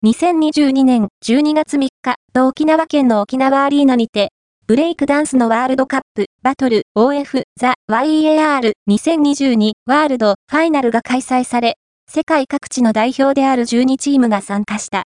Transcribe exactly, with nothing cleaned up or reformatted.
にせんにじゅうにねんじゅうにがつみっか、と沖縄県の沖縄アリーナにて、ブレイクダンスのワールドカップ、バトル、オーエフ、ザ・ワイエーアールにせんにじゅうにワールドファイナルが開催され、世界各地の代表であるじゅうにチームが参加した。